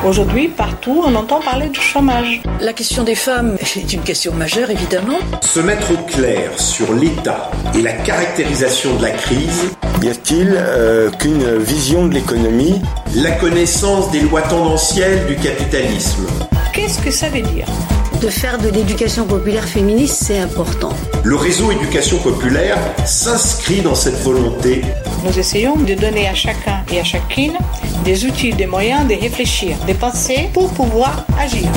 Aujourd'hui, partout, on entend parler du chômage. La question des femmes est une question majeure, évidemment. Se mettre au clair sur l'état et la caractérisation de la crise. Y a-t-il qu'une vision de l'économie? La connaissance des lois tendancielles du capitalisme. Qu'est-ce que ça veut dire ? De faire de l'éducation populaire féministe, c'est important. Le réseau éducation populaire s'inscrit dans cette volonté. Nous essayons de donner à chacun et à chacune des outils, des moyens de réfléchir, de penser pour pouvoir agir.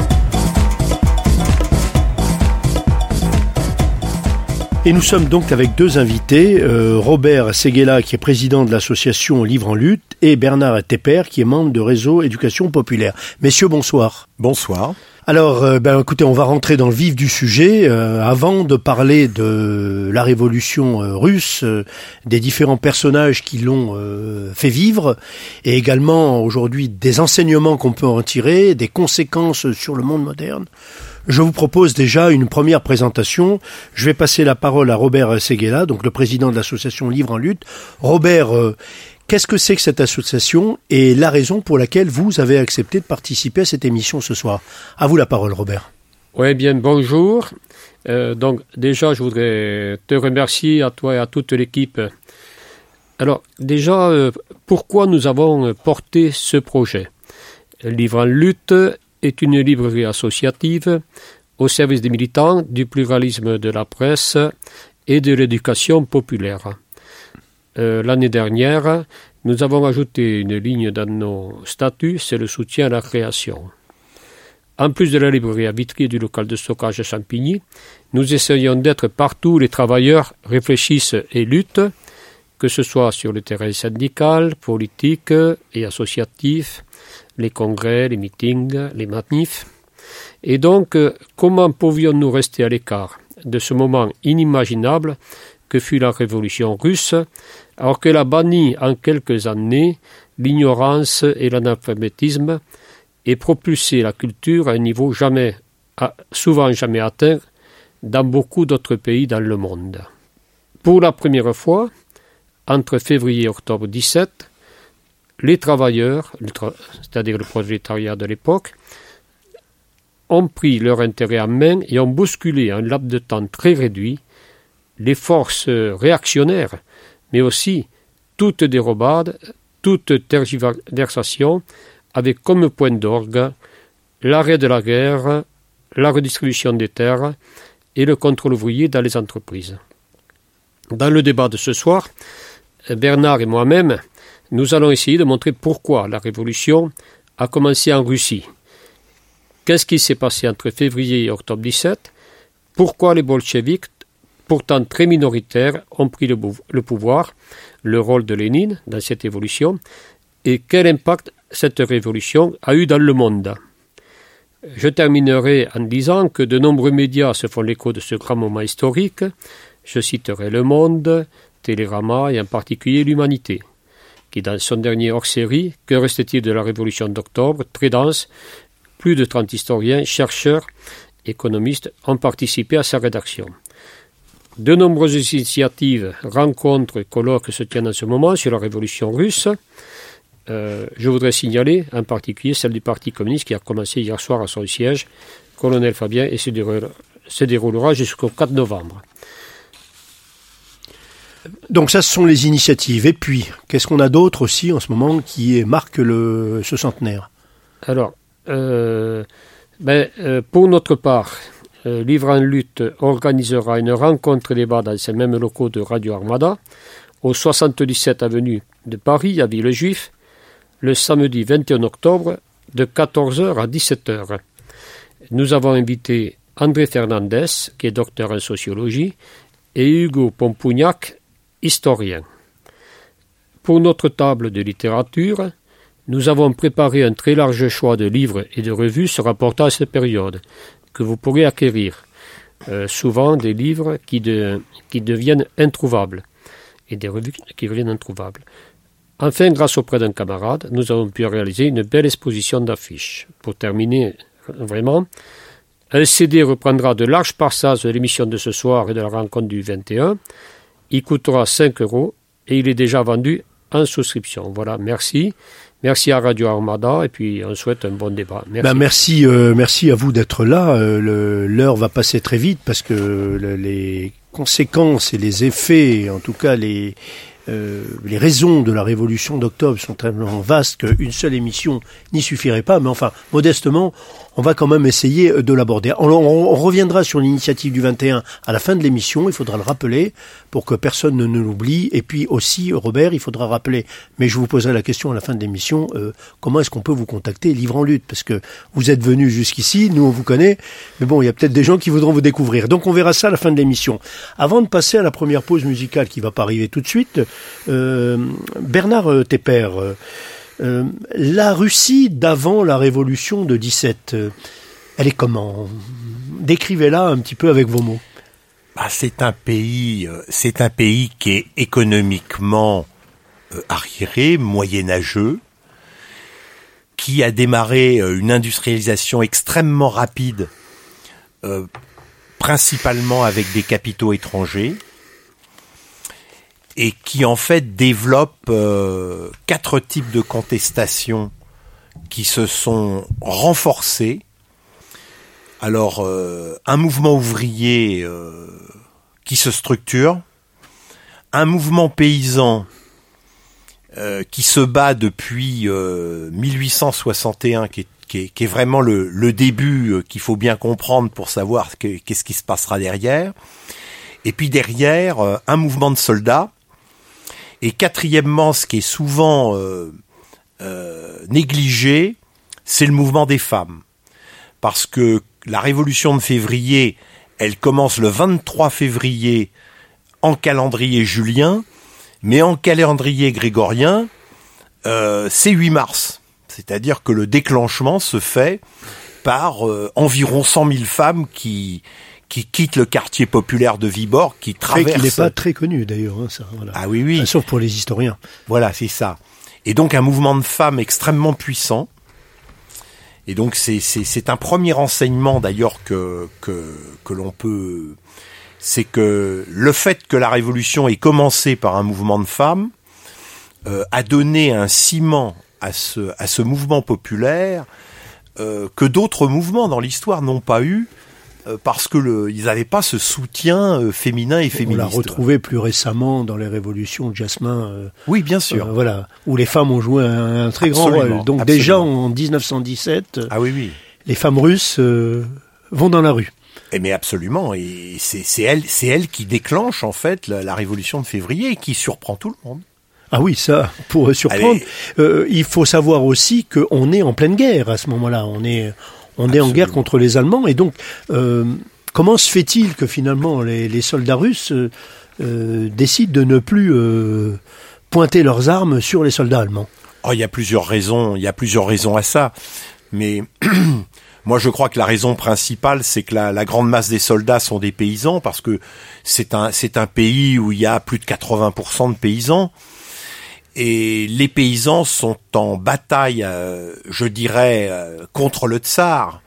Et nous sommes donc avec deux invités, Robert Séguéla, qui est président de l'association Livre en lutte, et Bernard Tepper, qui est membre de Réseau Éducation Populaire. Messieurs, bonsoir. Bonsoir. Alors, écoutez, on va rentrer dans le vif du sujet. Avant de parler de la révolution russe, des différents personnages qui l'ont fait vivre, et également aujourd'hui des enseignements qu'on peut en tirer, des conséquences sur le monde moderne, je vous propose déjà une première présentation. Je vais passer la parole à Robert Séguéla, donc le président de l'association Livre en lutte. Robert, qu'est-ce que c'est que cette association et la raison pour laquelle vous avez accepté de participer à cette émission ce soir? À vous la parole, Robert. Oui, bien, bonjour. Donc, déjà, je voudrais te remercier à toi et à toute l'équipe. Alors, déjà, pourquoi nous avons porté ce projet? Livre en lutte est une librairie associative au service des militants, du pluralisme de la presse et de l'éducation populaire. L'année dernière, nous avons ajouté une ligne dans nos statuts, c'est le soutien à la création. En plus de la librairie à Vitry et du local de stockage à Champigny, nous essayons d'être partout où les travailleurs réfléchissent et luttent, que ce soit sur le terrain syndical, politique et associatif, les congrès, les meetings, les manifs. Et donc, comment pouvions-nous rester à l'écart de ce moment inimaginable que fut la révolution russe, alors qu'elle a banni en quelques années l'ignorance et l'analphabétisme et propulsé la culture à un niveau souvent jamais atteint dans beaucoup d'autres pays dans le monde. Pour la première fois, entre février et octobre 17, les travailleurs, c'est-à-dire le prolétariat de l'époque, ont pris leur intérêt en main et ont bousculé en un laps de temps très réduit les forces réactionnaires, mais aussi toute dérobade, toute tergiversation, avec comme point d'orgue l'arrêt de la guerre, la redistribution des terres et le contrôle ouvrier dans les entreprises. Dans le débat de ce soir, Bernard et moi-même, nous allons essayer de montrer pourquoi la révolution a commencé en Russie. Qu'est-ce qui s'est passé entre février et octobre 17? Pourquoi les bolcheviks, pourtant très minoritaires, ont pris le pouvoir, le rôle de Lénine dans cette évolution, et quel impact cette révolution a eu dans le monde. Je terminerai en disant que de nombreux médias se font l'écho de ce grand moment historique. Je citerai Le Monde, Télérama et en particulier l'Humanité, qui dans son dernier hors-série, Que restait-il de la Révolution d'octobre, très dense, plus de 30 historiens, chercheurs, économistes ont participé à sa rédaction. De nombreuses initiatives, rencontres et colloques se tiennent en ce moment sur la révolution russe. Je voudrais signaler en particulier celle du Parti communiste qui a commencé hier soir à son siège, Colonel Fabien, et se déroulera jusqu'au 4 novembre. Donc ça, ce sont les initiatives. Et puis, qu'est-ce qu'on a d'autre aussi en ce moment qui marque ce centenaire? Alors, pour notre part, Livre en lutte organisera une rencontre-débat dans ces mêmes locaux de Radio Armada, au 77 avenue de Paris, à Villejuif, le samedi 21 octobre, de 14h à 17h. Nous avons invité André Fernandez, qui est docteur en sociologie, et Hugo Pompougnac, historien. Pour notre table de littérature, nous avons préparé un très large choix de livres et de revues se rapportant à cette période, que vous pourrez acquérir. Souvent des livres qui deviennent introuvables, et des revues qui deviennent introuvables. Enfin, grâce au prêt d'un camarade, nous avons pu réaliser une belle exposition d'affiches. Pour terminer, vraiment, un CD reprendra de larges passages de l'émission de ce soir et de la rencontre du 21. Il coûtera 5 € et il est déjà vendu en souscription. Voilà, merci. Merci à Radio Armada et puis on souhaite un bon débat. Merci. Merci à vous d'être là. L'heure va passer très vite parce que les conséquences et les effets, en tout cas les raisons de la révolution d'octobre sont tellement vastes qu'une seule émission n'y suffirait pas. Mais enfin, modestement, on va quand même essayer de l'aborder. On reviendra sur l'initiative du 21 à la fin de l'émission, il faudra le rappeler pour que personne ne l'oublie. Et puis aussi, Robert, il faudra rappeler, mais je vous poserai la question à la fin de l'émission, comment est-ce qu'on peut vous contacter, Livre en lutte? Parce que vous êtes venu jusqu'ici, nous on vous connaît, mais bon, il y a peut-être des gens qui voudront vous découvrir. Donc on verra ça à la fin de l'émission. Avant de passer à la première pause musicale qui va pas arriver tout de suite, Bernard Tepper, la Russie d'avant la révolution de 17, elle est comment? Décrivez-la un petit peu avec vos mots. C'est un pays qui est économiquement arriéré, moyenâgeux, qui a démarré une industrialisation extrêmement rapide, principalement avec des capitaux étrangers, et qui en fait développe 4 types de contestations qui se sont renforcées. Alors, un mouvement ouvrier qui se structure, un mouvement paysan qui se bat depuis 1861, qui est vraiment le début qu'il faut bien comprendre pour savoir qu'est-ce qui se passera derrière. Et puis derrière, un mouvement de soldats. Et quatrièmement, ce qui est souvent négligé, c'est le mouvement des femmes. Parce que la révolution de février, elle commence le 23 février en calendrier julien, mais en calendrier grégorien, c'est 8 mars. C'est-à-dire que le déclenchement se fait par environ 100 000 femmes qui quittent le quartier populaire de Viborg, qui traversent... Il n'est pas très connu d'ailleurs, hein, ça. Voilà. Ah oui. Sauf pour les historiens. Voilà, c'est ça. Et donc un mouvement de femmes extrêmement puissant. Et donc c'est un premier renseignement d'ailleurs que l'on peut... C'est que le fait que la révolution ait commencé par un mouvement de femmes a donné un ciment à ce mouvement populaire que d'autres mouvements dans l'histoire n'ont pas eu, parce que ils n'avaient pas ce soutien féminin et féministe. On l'a retrouvé plus récemment dans les révolutions de Jasmin. Oui, bien sûr. Voilà, où les femmes ont joué un très grand rôle. Donc absolument. Déjà en 1917, les femmes russes vont dans la rue. Mais absolument, et c'est elle qui déclenche en fait la révolution de février et qui surprend tout le monde. Ah oui, ça, pour surprendre. Il faut savoir aussi qu'on est en pleine guerre à ce moment-là. On est en guerre contre les Allemands. Et donc, comment se fait-il que finalement les soldats russes décident de ne plus pointer leurs armes sur les soldats allemands? Il y a plusieurs raisons à ça. Mais moi, je crois que la raison principale, c'est que la grande masse des soldats sont des paysans, parce que c'est un pays où il y a plus de 80% de paysans. Et les paysans sont en bataille, je dirais, contre le tsar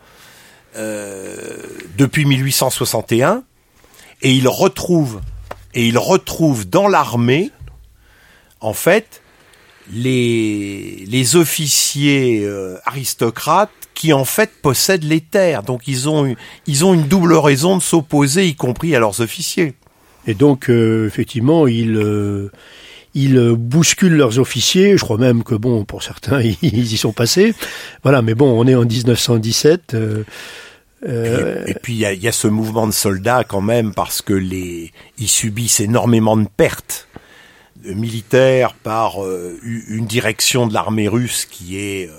depuis 1861, et ils retrouvent dans l'armée, en fait, les officiers aristocrates qui en fait possèdent les terres. Donc ils ont une double raison de s'opposer, y compris à leurs officiers. Et donc effectivement ils bousculent leurs officiers. Je crois même que bon, pour certains, ils y sont passés. Voilà, mais bon, on est en 1917. Et puis il y a ce mouvement de soldats quand même, parce que ils subissent énormément de pertes militaires par une direction de l'armée russe qui est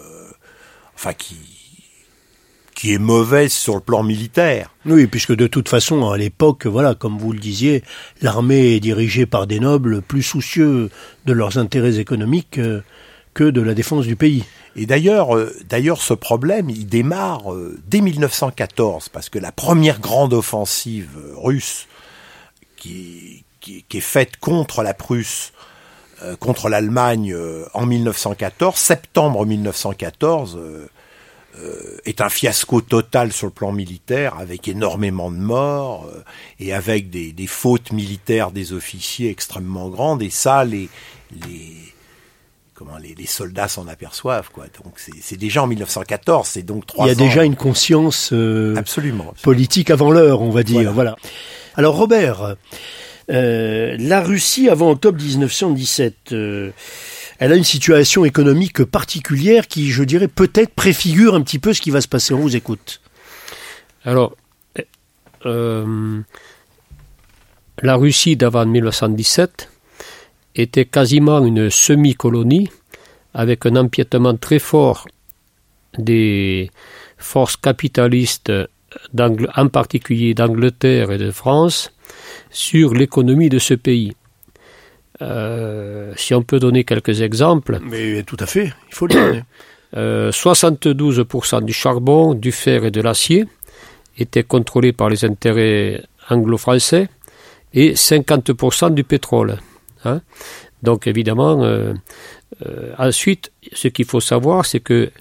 qui est mauvaise sur le plan militaire. Oui, puisque de toute façon, à l'époque, voilà, comme vous le disiez, l'armée est dirigée par des nobles plus soucieux de leurs intérêts économiques que de la défense du pays. Et d'ailleurs, ce problème, il démarre dès 1914, parce que la première grande offensive russe qui est faite contre la Prusse, contre l'Allemagne en 1914, septembre 1914, est un fiasco total sur le plan militaire, avec énormément de morts et avec des fautes militaires des officiers extrêmement grandes. Et ça, les soldats s'en aperçoivent, quoi. Donc c'est déjà en 1914, c'est donc 3 ans. Il y a déjà une conscience absolument. politique avant l'heure, on va dire. Voilà. Alors Robert, la Russie avant octobre 1917, elle a une situation économique particulière qui, je dirais, peut-être préfigure un petit peu ce qui va se passer. On vous écoute. Alors, la Russie d'avant 1917 était quasiment une semi-colonie avec un empiètement très fort des forces capitalistes, en particulier d'Angleterre et de France, sur l'économie de ce pays. Si on peut donner quelques exemples. Mais tout à fait, il faut le donner. 72% du charbon, du fer et de l'acier étaient contrôlés par les intérêts anglo-français et 50% du pétrole. Hein. Donc évidemment, ensuite, ce qu'il faut savoir, c'est que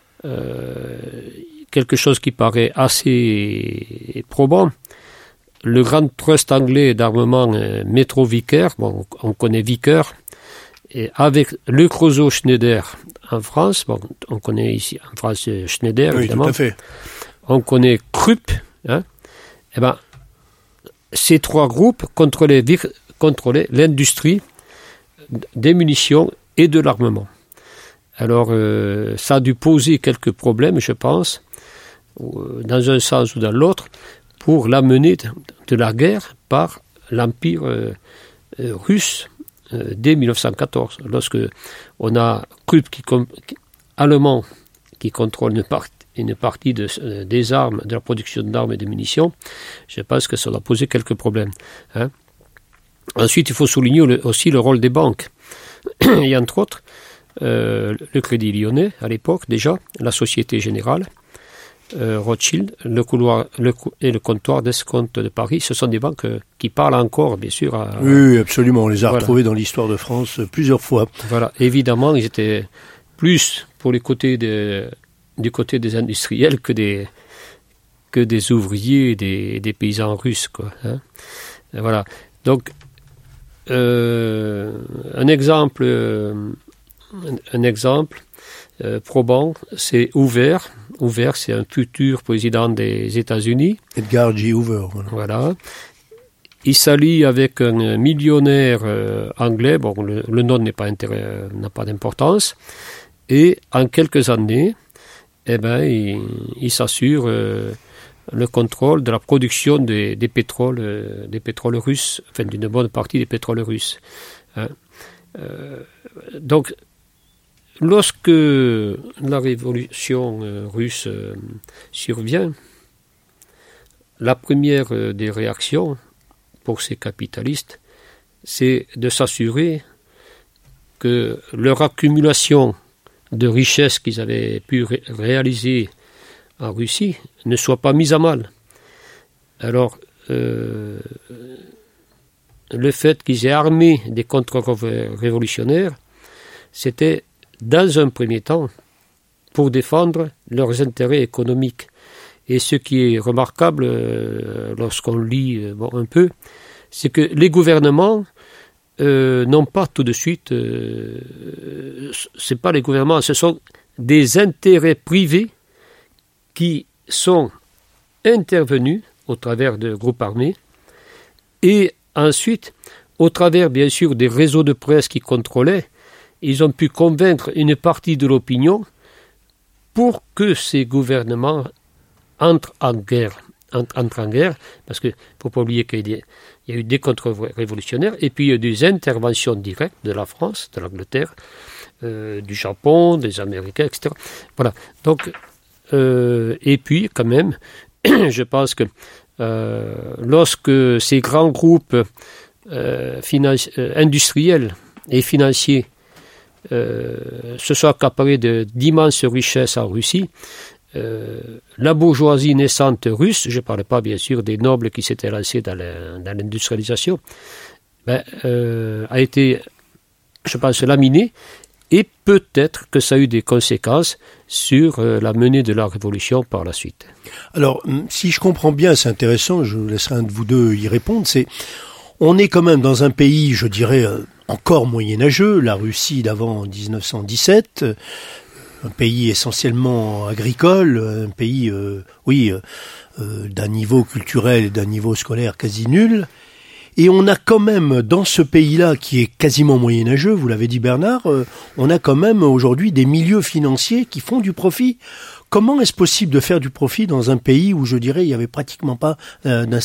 quelque chose qui paraît assez probant, le grand trust anglais d'armement Metro Vickers, bon, on connaît Vickers, et avec le Creusot Schneider en France, bon, on connaît ici en France Schneider, oui, évidemment, tout à fait. On connaît Krupp, hein, et ben, ces 3 groupes contrôlaient l'industrie des munitions et de l'armement. Alors, ça a dû poser quelques problèmes, je pense, dans un sens ou dans l'autre, pour l'amener de la guerre par l'Empire russe dès 1914. Lorsque on a Krupp allemand qui contrôle une partie des armes, de la production d'armes et de munitions, je pense que ça a posé quelques problèmes. Hein. Ensuite, il faut souligner aussi le rôle des banques. Et entre autres, le Crédit Lyonnais, à l'époque déjà, la Société Générale, Rothschild, et le comptoir d'escompte de Paris, ce sont des banques qui parlent encore, bien sûr. Oui, absolument. On les a retrouvées dans l'histoire de France plusieurs fois. Voilà. Évidemment, ils étaient plus pour du côté des industriels que des ouvriers et des paysans russes, quoi. Hein. Voilà. Donc, un exemple probant, c'est Hoover. Hoover, c'est un futur président des États-Unis. Edgar J. Hoover. Voilà. Il s'allie avec un millionnaire anglais. Bon, le nom n'a pas d'importance. Et en quelques années, il s'assure le contrôle de la production des pétroles russes, enfin d'une bonne partie des pétroles russes. Hein. Donc, lorsque la révolution russe survient, la première des réactions pour ces capitalistes, c'est de s'assurer que leur accumulation de richesses qu'ils avaient pu réaliser en Russie ne soit pas mise à mal. Alors, le fait qu'ils aient armé des contre-révolutionnaires, c'était dans un premier temps pour défendre leurs intérêts économiques. Et ce qui est remarquable lorsqu'on lit un peu, c'est que les gouvernements n'ont pas tout de suite... c'est pas les gouvernements, ce sont des intérêts privés qui sont intervenus au travers de groupes armés et ensuite, au travers bien sûr des réseaux de presse qui contrôlaient, ils ont pu convaincre une partie de l'opinion pour que ces gouvernements entrent en guerre, parce qu'il ne faut pas oublier qu'il y a eu des contre-révolutionnaires et puis il y a eu des interventions directes de la France, de l'Angleterre, du Japon, des Américains, etc. Voilà. Donc, et puis quand même, je pense que lorsque ces grands groupes industriels et financiers se sont accaparés d'immenses richesses en Russie, la bourgeoisie naissante russe, je ne parle pas bien sûr des nobles qui s'étaient lancés dans l'industrialisation, a été, je pense, laminée, et peut-être que ça a eu des conséquences sur la menée de la révolution par la suite. Alors, si je comprends bien, c'est intéressant, je laisserai un de vous deux y répondre, on est quand même dans un pays, je dirais, encore moyenâgeux, la Russie d'avant 1917, un pays essentiellement agricole, un pays, d'un niveau culturel et d'un niveau scolaire quasi nul. Et on a quand même, dans ce pays-là, qui est quasiment moyenâgeux, vous l'avez dit Bernard, on a quand même aujourd'hui des milieux financiers qui font du profit. Comment est-ce possible de faire du profit dans un pays où, je dirais, il n'y avait pratiquement pas d'industrie ?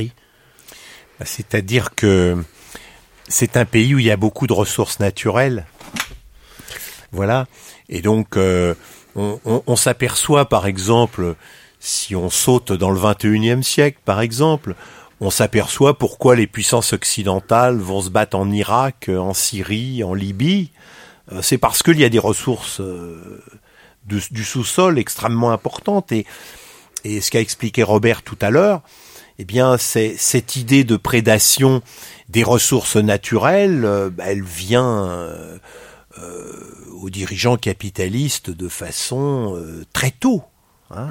C'est-à-dire que c'est un pays où il y a beaucoup de ressources naturelles. Voilà. Et donc, on s'aperçoit, par exemple, si on saute dans le 21e siècle, par exemple, on s'aperçoit pourquoi les puissances occidentales vont se battre en Irak, en Syrie, en Libye. C'est parce qu'il y a des ressources du sous-sol extrêmement importantes. Et ce qu'a expliqué Robert tout à l'heure, eh bien, c'est cette idée de prédation des ressources naturelles, elle vient aux dirigeants capitalistes de façon très tôt. Hein,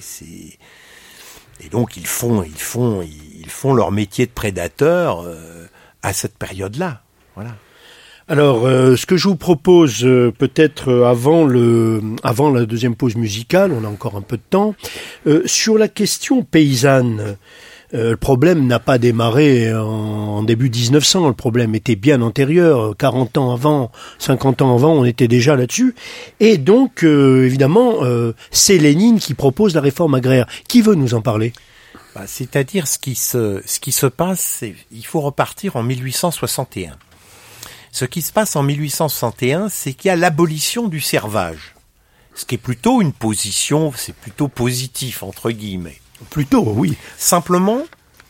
Et donc ils font leur métier de prédateur à cette période-là. Voilà. Alors, ce que je vous propose, peut-être avant la deuxième pause musicale, on a encore un peu de temps, sur la question paysanne. Le problème n'a pas démarré en début 1900, le problème était bien antérieur, 40 ans avant, 50 ans avant, on était déjà là-dessus. Et donc, évidemment, c'est Lénine qui propose la réforme agraire. Qui veut nous en parler ? C'est-à-dire, ce qui se passe, il faut repartir en 1861. Ce qui se passe en 1861, c'est qu'il y a l'abolition du servage. Ce qui est plutôt une position, c'est plutôt positif, entre guillemets. Plutôt, oui. Simplement,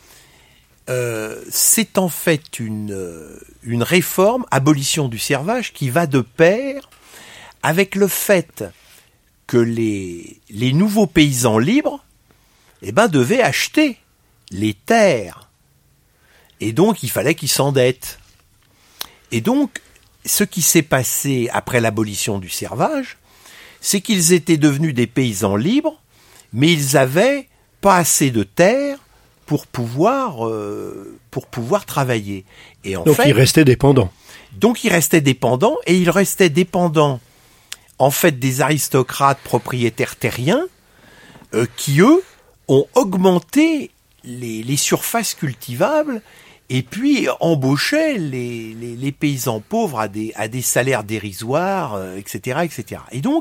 c'est en fait une réforme, abolition du servage, qui va de pair avec le fait que les nouveaux paysans libres, devaient acheter les terres. Et donc, il fallait qu'ils s'endettent. Et donc, ce qui s'est passé après l'abolition du servage, c'est qu'ils étaient devenus des paysans libres, mais ils avaient pas assez de terre pour pouvoir travailler. Et donc ils restaient dépendants. Donc ils restaient dépendants, et ils restaient dépendants en fait des aristocrates propriétaires terriens qui eux ont augmenté les surfaces cultivables et puis embauchaient les paysans pauvres à des salaires dérisoires, etc., etc. Et donc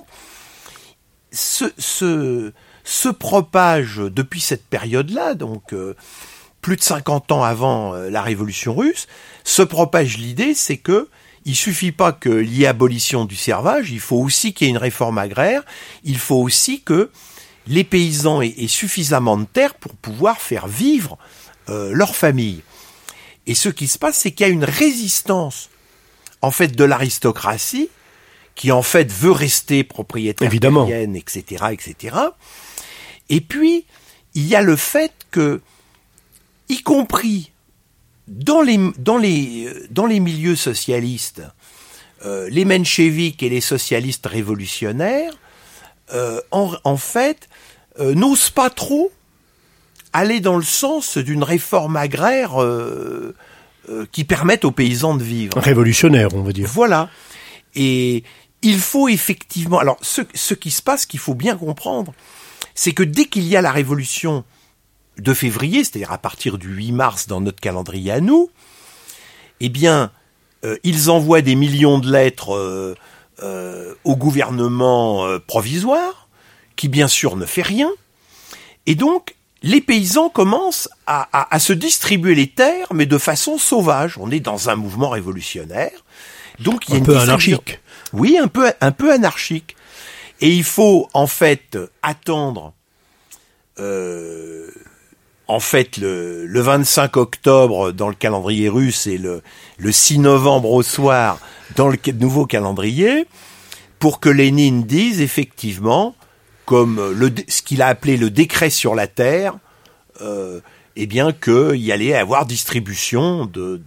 se propage depuis cette période-là, donc plus de 50 ans avant la Révolution russe, se propage l'idée, c'est que il suffit pas qu'il y ait abolition du servage, il faut aussi qu'il y ait une réforme agraire, il faut aussi que les paysans aient suffisamment de terre pour pouvoir faire vivre leur famille. Et ce qui se passe, c'est qu'il y a une résistance, en fait, de l'aristocratie, qui en fait veut rester propriétaire terrienne, etc., etc. Et puis, il y a le fait que, y compris dans les milieux socialistes, les mencheviks et les socialistes révolutionnaires, en fait, n'osent pas trop aller dans le sens d'une réforme agraire qui permette aux paysans de vivre. Révolutionnaire, on va dire. Voilà. Et il faut effectivement... Alors, ce qui se passe, qu'il faut bien comprendre, c'est que dès qu'il y a la révolution de février, c'est-à-dire à partir du 8 mars dans notre calendrier à nous, eh bien, ils envoient des millions de lettres au gouvernement provisoire, qui bien sûr ne fait rien, et donc les paysans commencent à se distribuer les terres, mais de façon sauvage. On est dans un mouvement révolutionnaire, donc il y a un peu anarchique. Oui, un peu anarchique. Et il faut en fait attendre, en fait le 25 octobre dans le calendrier russe et le 6 novembre au soir dans le nouveau calendrier, pour que Lénine dise effectivement, comme ce qu'il a appelé le décret sur la terre, eh bien qu'il y allait avoir distribution de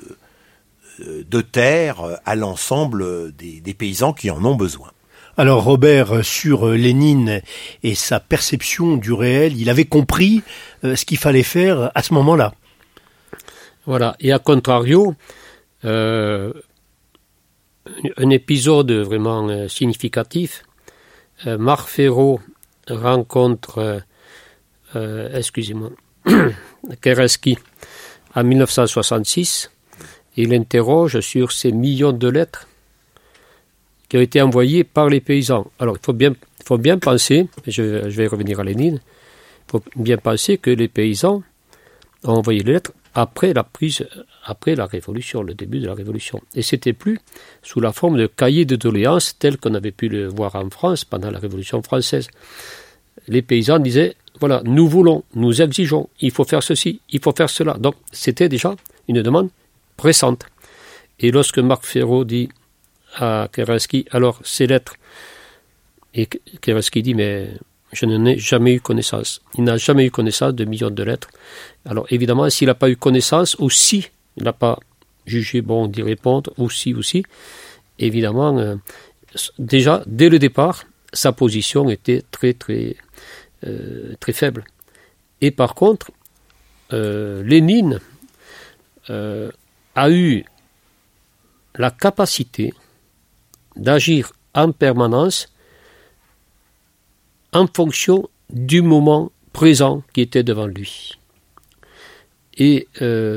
terre à l'ensemble des paysans qui en ont besoin. Alors Robert, sur Lénine et sa perception du réel, il avait compris ce qu'il fallait faire à ce moment-là. Voilà, et à contrario, un épisode vraiment significatif. Marc Fesneau rencontre, Kerensky en 1966 et l'interroge sur ces millions de lettres qui ont été envoyées par les paysans. Alors, il faut bien penser, je vais revenir à Lénine, il faut bien penser que les paysans ont envoyé les lettres après la Révolution, le début de la Révolution. Et c'était plus sous la forme de cahiers de doléances tels qu'on avait pu le voir en France pendant la Révolution française. Les paysans disaient, voilà, nous voulons, nous exigeons, il faut faire ceci, il faut faire cela. Donc, c'était déjà une demande pressante. Et lorsque Marc Fesneau dit à Kerensky, alors ces lettres, et Kerensky dit, mais je n'en ai jamais eu connaissance. Il n'a jamais eu connaissance de millions de lettres. Alors évidemment, s'il n'a pas eu connaissance, ou si il n'a pas jugé bon d'y répondre, aussi, évidemment, déjà, dès le départ, sa position était très faible. Et par contre, Lénine a eu la capacité d'agir en permanence en fonction du moment présent qui était devant lui. Et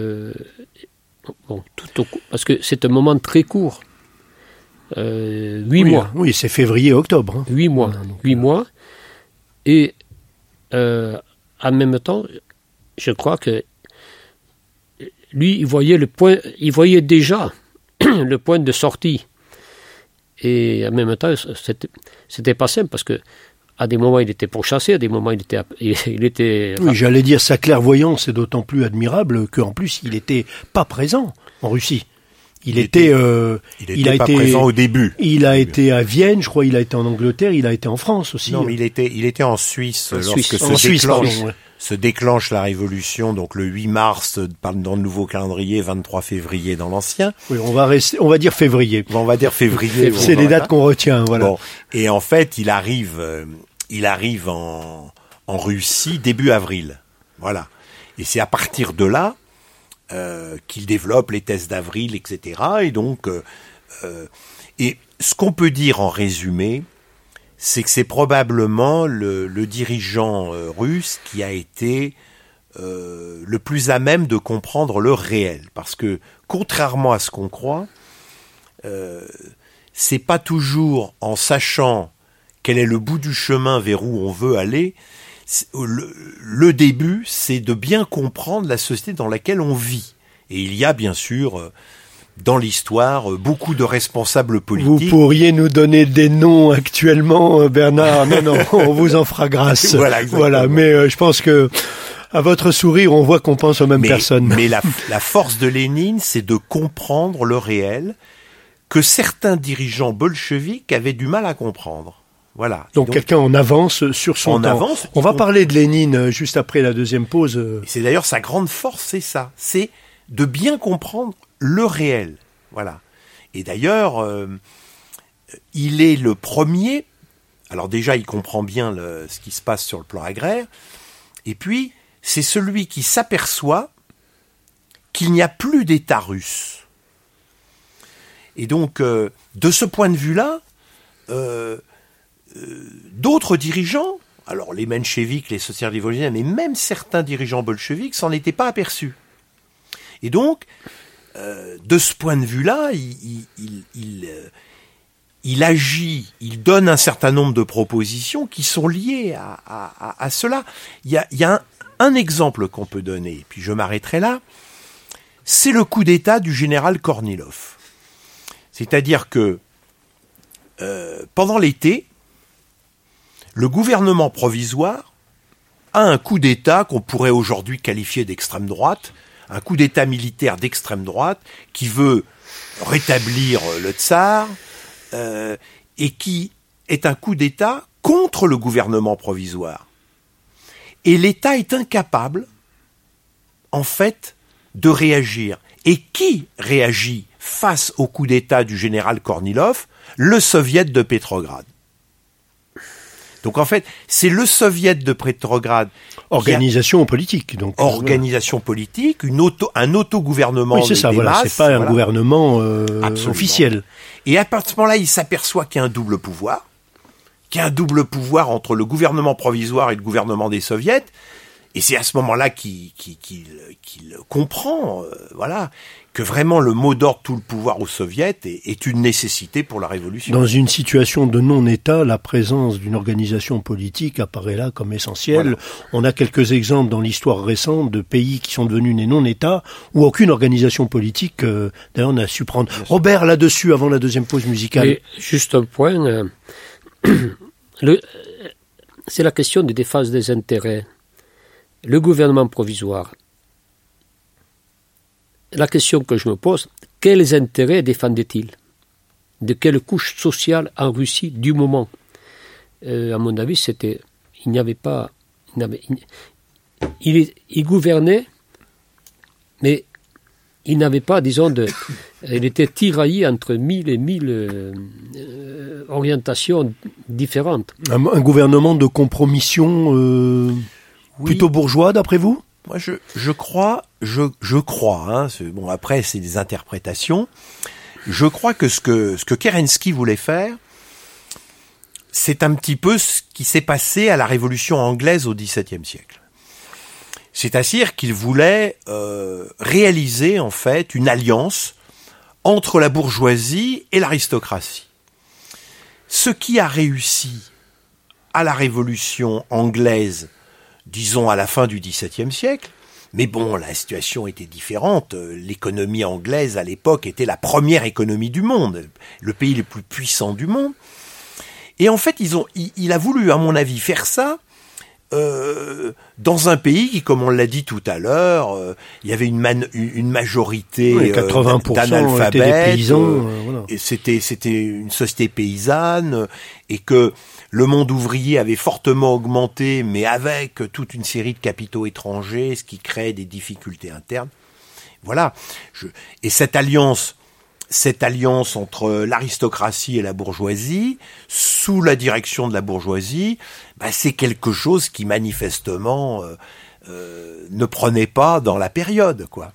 parce que c'est un moment très court, 8 mois. Oui, c'est février-octobre. Hein. 8 mois. Voilà, 8 mois. Et en même temps, je crois que lui, il voyait déjà le point de sortie. Et en même temps, c'était pas simple parce que à des moments, il était pourchassé, à des moments, il était... Oui, j'allais dire, sa clairvoyance est d'autant plus admirable qu'en plus, il n'était pas présent en Russie. Il a été présent au début. Il a été à Vienne, je crois, il a été en Angleterre, il a été en France aussi. Non, mais il était en Suisse lorsque se déclenche la révolution, donc le 8 mars dans le nouveau calendrier, 23 février dans l'ancien. Oui, on va dire février. On va dire février. C'est les dates qu'on retient, voilà. Bon. Et en fait, il arrive en Russie début avril. Voilà. Et c'est à partir de là qu'il développe les thèses d'avril, etc. Et donc, et ce qu'on peut dire en résumé, c'est que c'est probablement le dirigeant russe qui a été le plus à même de comprendre le réel. Parce que, contrairement à ce qu'on croit, c'est pas toujours en sachant quel est le bout du chemin vers où on veut aller. Le début, c'est de bien comprendre la société dans laquelle on vit. Et il y a bien sûr, dans l'histoire, beaucoup de responsables politiques. Vous pourriez nous donner des noms actuellement, Bernard? Non, on vous en fera grâce. Voilà, mais je pense que à votre sourire, on voit qu'on pense aux mêmes personnes. Mais la force de Lénine, c'est de comprendre le réel que certains dirigeants bolcheviques avaient du mal à comprendre. Voilà. Donc quelqu'un en avance sur son temps. On va parler de Lénine juste après la deuxième pause. Et c'est d'ailleurs sa grande force, c'est ça. C'est de bien comprendre le réel. Voilà. Et d'ailleurs, il est le premier. Alors déjà, il comprend bien ce qui se passe sur le plan agraire. Et puis, c'est celui qui s'aperçoit qu'il n'y a plus d'État russe. Et donc, de ce point de vue-là, d'autres dirigeants, alors les mencheviks, les social-révolutionnaires, mais même certains dirigeants bolcheviques s'en étaient pas aperçus. Et donc, de ce point de vue-là, il agit, il donne un certain nombre de propositions qui sont liées à cela. Il y a un exemple qu'on peut donner, et puis je m'arrêterai là, c'est le coup d'État du général Kornilov. C'est-à-dire que pendant l'été, le gouvernement provisoire a un coup d'État qu'on pourrait aujourd'hui qualifier d'extrême droite, un coup d'État militaire d'extrême droite qui veut rétablir le tsar et qui est un coup d'État contre le gouvernement provisoire. Et l'État est incapable, en fait, de réagir. Et qui réagit face au coup d'État du général Kornilov? Le soviet de Pétrograd. Donc en fait, c'est le soviet de Petrograd. Organisation politique, donc. Organisation politique, un autogouvernement. Oui, c'est ça, voilà. Masses, c'est pas un gouvernement officiel. Et à partir de ce moment-là, il s'aperçoit qu'il y a un double pouvoir. Entre le gouvernement provisoire et le gouvernement des soviets. Et c'est à ce moment-là qu'il comprend, que vraiment le mot d'ordre, tout le pouvoir aux soviets est une nécessité pour la révolution. Dans une situation de non-État, la présence d'une organisation politique apparaît là comme essentielle. Voilà. On a quelques exemples dans l'histoire récente de pays qui sont devenus des non-États où aucune organisation politique, d'ailleurs, n'a su prendre. Robert, là-dessus, avant la deuxième pause musicale. Et juste un point, c'est la question de défense des intérêts. Le gouvernement provisoire, la question que je me pose, quels intérêts défendait-il? De quelle couche sociale en Russie du moment? À mon avis, il n'y avait pas... Il gouvernait, mais il n'avait pas, disons, il était tiraillé entre mille et mille orientations différentes. Un gouvernement de compromission plutôt bourgeois, d'après vous? Moi, je crois, hein, bon, après, c'est des interprétations. Je crois que ce que Kerensky voulait faire, c'est un petit peu ce qui s'est passé à la Révolution anglaise au XVIIe siècle. C'est-à-dire qu'il voulait réaliser, en fait, une alliance entre la bourgeoisie et l'aristocratie. Ce qui a réussi à la Révolution anglaise, disons à la fin du XVIIe siècle, mais bon, la situation était différente. L'économie anglaise, à l'époque, était la première économie du monde, le pays le plus puissant du monde. Et en fait, il a voulu, à mon avis, faire ça dans un pays qui, comme on l'a dit tout à l'heure, il y avait une majorité 80% d'analphabètes, étaient des paysans, voilà. Et c'était une société paysanne, et que le monde ouvrier avait fortement augmenté, mais avec toute une série de capitaux étrangers, ce qui crée des difficultés internes. Voilà. Et cette alliance entre l'aristocratie et la bourgeoisie, sous la direction de la bourgeoisie, c'est quelque chose qui manifestement ne prenait pas dans la période, quoi.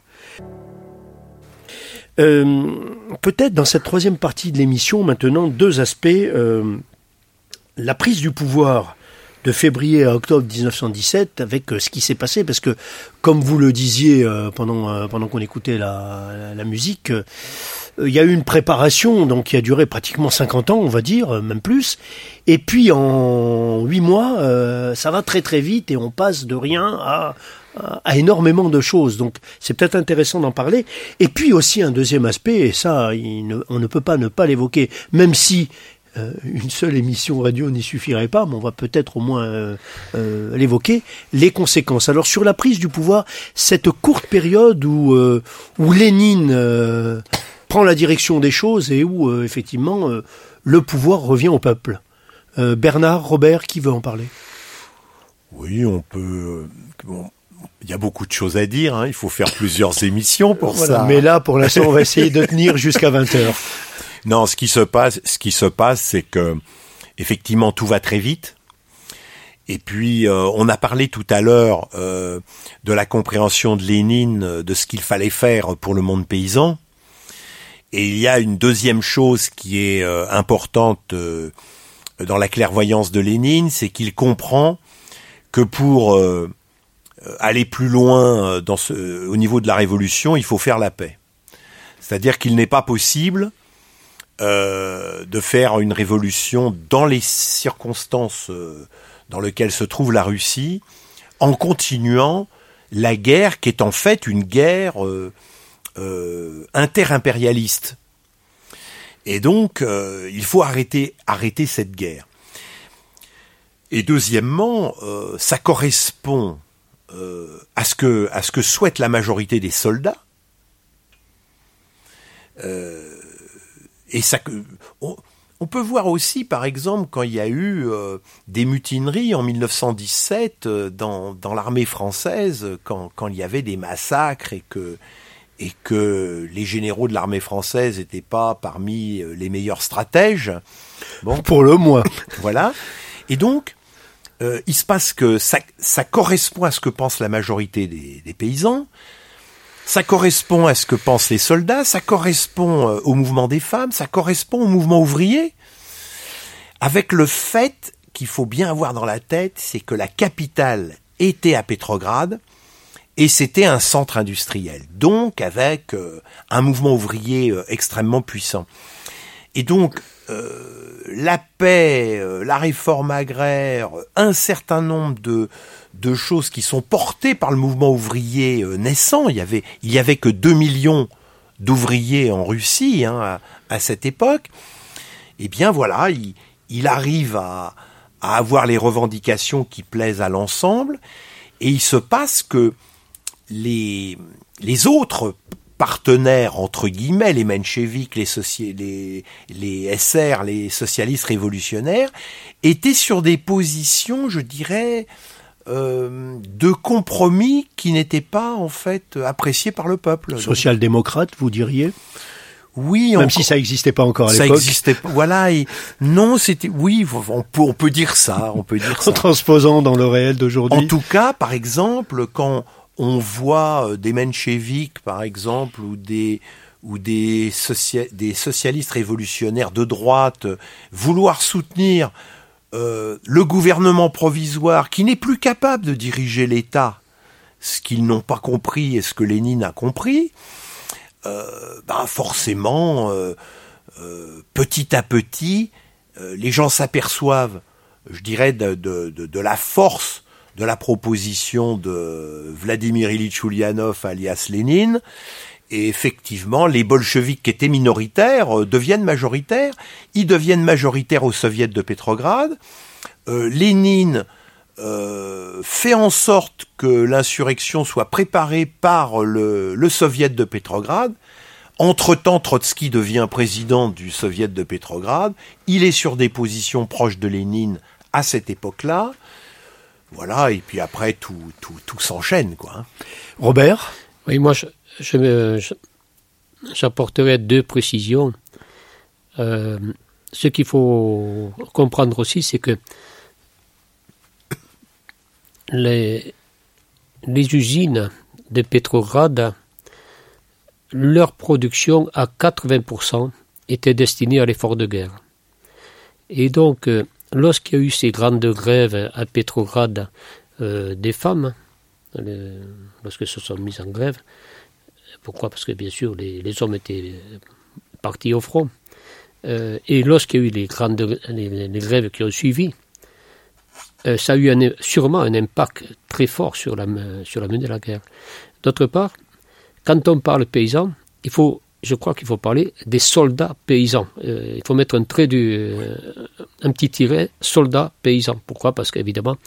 Peut-être dans cette troisième partie de l'émission, maintenant, deux aspects. La prise du pouvoir de février à octobre 1917 avec ce qui s'est passé, parce que, comme vous le disiez pendant qu'on écoutait la musique, il y a eu une préparation donc qui a duré pratiquement 50 ans, on va dire, même plus. Et puis en 8 mois, ça va très très vite et on passe de rien à énormément de choses. Donc c'est peut-être intéressant d'en parler. Et puis aussi un deuxième aspect, et ça, on ne peut pas ne pas l'évoquer, même si une seule émission radio n'y suffirait pas, mais on va peut-être au moins l'évoquer, les conséquences. Alors sur la prise du pouvoir, cette courte période où Lénine prend la direction des choses et où effectivement le pouvoir revient au peuple. Bernard, Robert, qui veut en parler? Oui, on peut... Bon, il y a beaucoup de choses à dire, hein. Il faut faire plusieurs émissions pour ça. Mais là, pour l'instant, on va essayer de tenir jusqu'à 20h. Non, ce qui se passe, c'est que effectivement tout va très vite. Et puis on a parlé tout à l'heure de la compréhension de Lénine de ce qu'il fallait faire pour le monde paysan. Et il y a une deuxième chose qui est importante dans la clairvoyance de Lénine, c'est qu'il comprend que pour aller plus loin au niveau de la révolution, il faut faire la paix. C'est-à-dire qu'il n'est pas possible de faire une révolution dans les circonstances dans lesquelles se trouve la Russie, en continuant la guerre qui est en fait une guerre inter-impérialiste. Et donc, il faut arrêter cette guerre. Et deuxièmement, ça correspond à ce que souhaite la majorité des soldats. Et ça, on peut voir aussi, par exemple, quand il y a eu des mutineries en 1917 dans l'armée française, quand il y avait des massacres et que les généraux de l'armée française n'étaient pas parmi les meilleurs stratèges. Bon, pour le moins. Voilà. Et donc, il se passe que ça correspond à ce que pense la majorité des paysans, ça correspond à ce que pensent les soldats, ça correspond au mouvement des femmes, ça correspond au mouvement ouvrier, avec le fait qu'il faut bien avoir dans la tête, c'est que la capitale était à Pétrograd, et c'était un centre industriel, donc avec un mouvement ouvrier extrêmement puissant. Et donc, la paix, la réforme agraire, un certain nombre de choses qui sont portées par le mouvement ouvrier naissant. Il y avait que 2 millions d'ouvriers en Russie à cette époque. Eh bien voilà, il arrive à avoir les revendications qui plaisent à l'ensemble, et il se passe que les autres partenaires, entre guillemets, les mencheviks, les SR, les socialistes révolutionnaires, étaient sur des positions, je dirais, de compromis qui n'étaient pas, en fait, appréciés par le peuple. Social-démocrate, vous diriez ? Oui, même si ça n'existait pas encore à l'époque. Ça existait pas. Voilà. Et non, c'était. Oui, on peut dire ça. On peut dire ça. En transposant dans le réel d'aujourd'hui. En tout cas, par exemple, quand on voit des mencheviks, par exemple, ou des socialistes révolutionnaires de droite vouloir soutenir le gouvernement provisoire qui n'est plus capable de diriger l'État, ce qu'ils n'ont pas compris et ce que Lénine a compris, forcément, petit à petit, les gens s'aperçoivent, je dirais, de la force de la proposition de Vladimir Ilitch Ulyanov alias Lénine, et effectivement, les bolcheviks qui étaient minoritaires deviennent majoritaires. Ils deviennent majoritaires au soviet de Pétrograd. Lénine fait en sorte que l'insurrection soit préparée par le soviet de Pétrograd. Entre-temps, Trotsky devient président du soviet de Pétrograd. Il est sur des positions proches de Lénine à cette époque-là. Voilà, et puis après, tout s'enchaîne, quoi. Robert ? Oui, moi, j'apporterai 2 précisions. Ce qu'il faut comprendre aussi, c'est que les usines de Pétrograd, leur production à 80% était destinée à l'effort de guerre. Et donc, lorsqu'il y a eu ces grandes grèves à Pétrograd des femmes, lorsqu'elles se sont mises en grève, pourquoi ? Parce que bien sûr les hommes étaient partis au front. Et lorsqu'il y a eu les grèves qui ont suivi, ça a eu sûrement un impact très fort sur la menée de la guerre. D'autre part, quand on parle paysans, je crois qu'il faut parler des soldats paysans. Il faut mettre un petit tiret, soldats paysans. Pourquoi ? Parce qu'évidemment,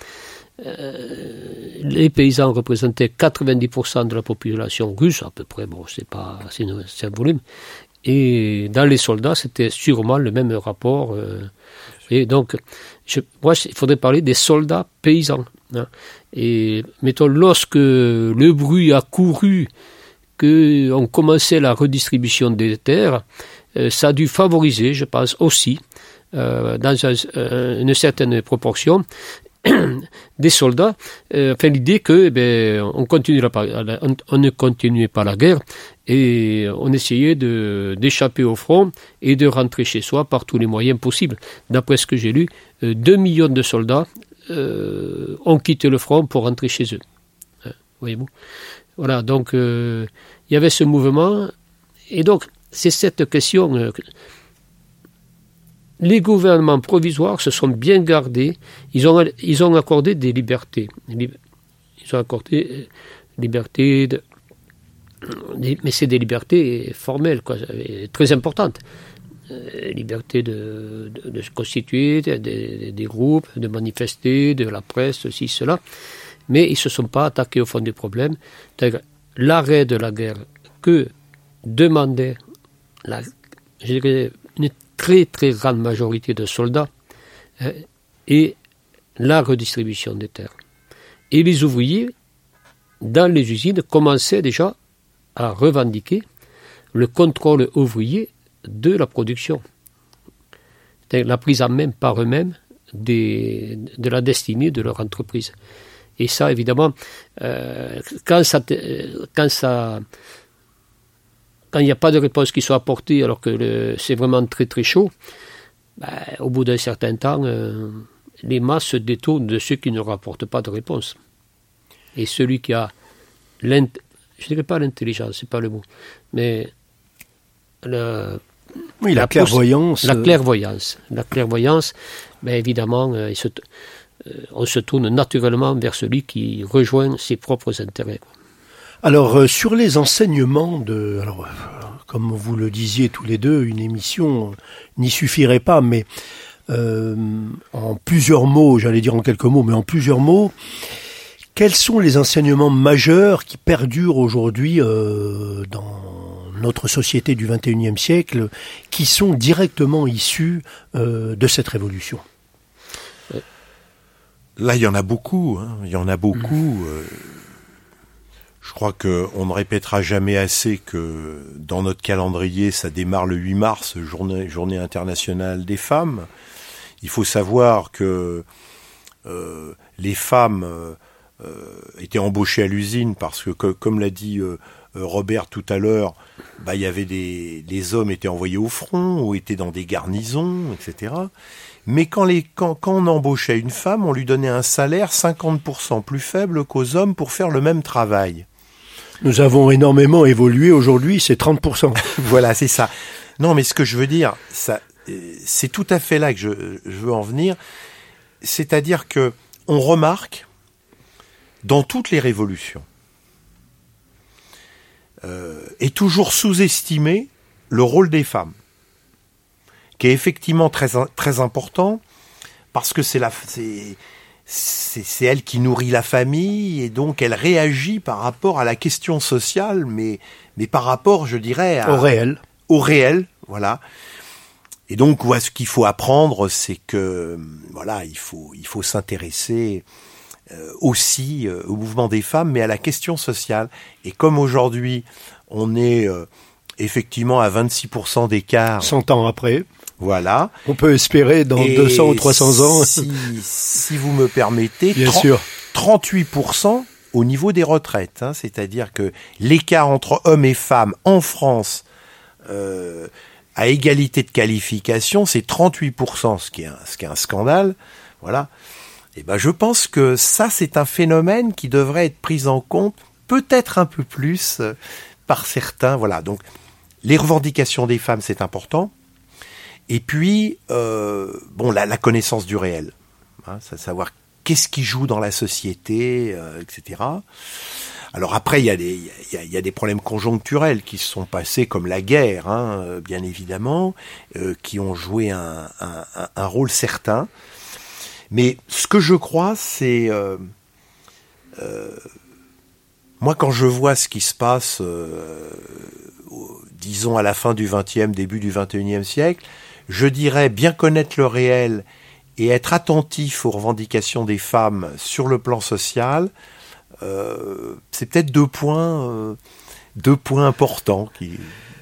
les paysans représentaient 90% de la population russe, à peu près. Bon, c'est un volume. Et dans les soldats, c'était sûrement le même rapport. Et donc, il faudrait parler des soldats paysans. Hein. Et mettons, lorsque le bruit a couru, qu'on commençait la redistribution des terres, ça a dû favoriser, je pense aussi, dans une certaine proportion, des soldats, l'idée que on ne continuait pas la guerre et on essayait d'échapper au front et de rentrer chez soi par tous les moyens possibles. D'après ce que j'ai lu, 2 millions de soldats ont quitté le front pour rentrer chez eux. Voyez-vous ? Voilà, donc il y avait ce mouvement, et donc c'est cette question. Les gouvernements provisoires se sont bien gardés, ils ont accordé des libertés. Ils ont accordé liberté, mais c'est des libertés formelles, quoi, très importantes. Liberté de se constituer, des groupes, de manifester, de la presse, ceci, cela. Mais ils ne se sont pas attaqués au fond du problème. L'arrêt de la guerre que demandait une très très grande majorité de soldats et la redistribution des terres. Et les ouvriers, dans les usines, commençaient déjà à revendiquer le contrôle ouvrier de la production. C'est-à-dire la prise en main par eux-mêmes de la destinée de leur entreprise. Et ça, évidemment, quand il n'y a pas de réponse qui soit apportée alors que c'est vraiment très très chaud, au bout d'un certain temps, les masses se détournent de ceux qui ne rapportent pas de réponse. Et celui qui a je ne dirais pas l'intelligence, c'est pas le mot, mais la clairvoyance. La clairvoyance, évidemment, on se tourne naturellement vers celui qui rejoint ses propres intérêts. Alors, sur les enseignements comme vous le disiez tous les deux, une émission n'y suffirait pas, mais en plusieurs mots, j'allais dire en quelques mots, mais en plusieurs mots, quels sont les enseignements majeurs qui perdurent aujourd'hui dans notre société du XXIe siècle, qui sont directement issus de cette révolution? Là, il y en a beaucoup. Il y en a beaucoup. Je crois qu'on ne répétera jamais assez que dans notre calendrier, ça démarre le 8 mars, journée internationale des femmes. Il faut savoir que les femmes étaient embauchées à l'usine parce que, comme l'a dit Robert tout à l'heure, il y avait les hommes étaient envoyés au front ou étaient dans des garnisons, etc. Mais quand on embauchait une femme, on lui donnait un salaire 50% plus faible qu'aux hommes pour faire le même travail. Nous avons énormément évolué aujourd'hui, c'est 30%. Voilà, c'est ça. Non, mais ce que je veux dire, c'est tout à fait là que je veux en venir. C'est-à-dire que on remarque dans toutes les révolutions est toujours sous-estimé le rôle des femmes, qui est effectivement très très important parce que c'est elle qui nourrit la famille et donc elle réagit par rapport à la question sociale, mais par rapport, je dirais, au réel, voilà. Et donc, ce qu'il faut apprendre, c'est que, voilà, il faut s'intéresser aussi au mouvement des femmes, mais à la question sociale. Et comme aujourd'hui, on est effectivement à 26% d'écart. 100 ans après. Voilà. On peut espérer dans 200 ou 300 ans. Si vous me permettez, bien sûr. 38% au niveau des retraites. C'est-à-dire que l'écart entre hommes et femmes en France, à égalité de qualification, c'est 38%, ce qui est un scandale. Voilà. Et je pense que ça, c'est un phénomène qui devrait être pris en compte peut-être un peu plus par certains. Voilà. Donc, les revendications des femmes, c'est important. Et puis, la connaissance du réel, savoir qu'est-ce qui joue dans la société, etc. Alors après, il y a des problèmes conjoncturels qui se sont passés, comme la guerre, bien évidemment, qui ont joué un rôle certain. Mais ce que je crois, c'est moi quand je vois ce qui se passe, disons à la fin du XXe, début du XXIe siècle. Je dirais bien connaître le réel et être attentif aux revendications des femmes sur le plan social, c'est peut-être deux points importants. Robert ?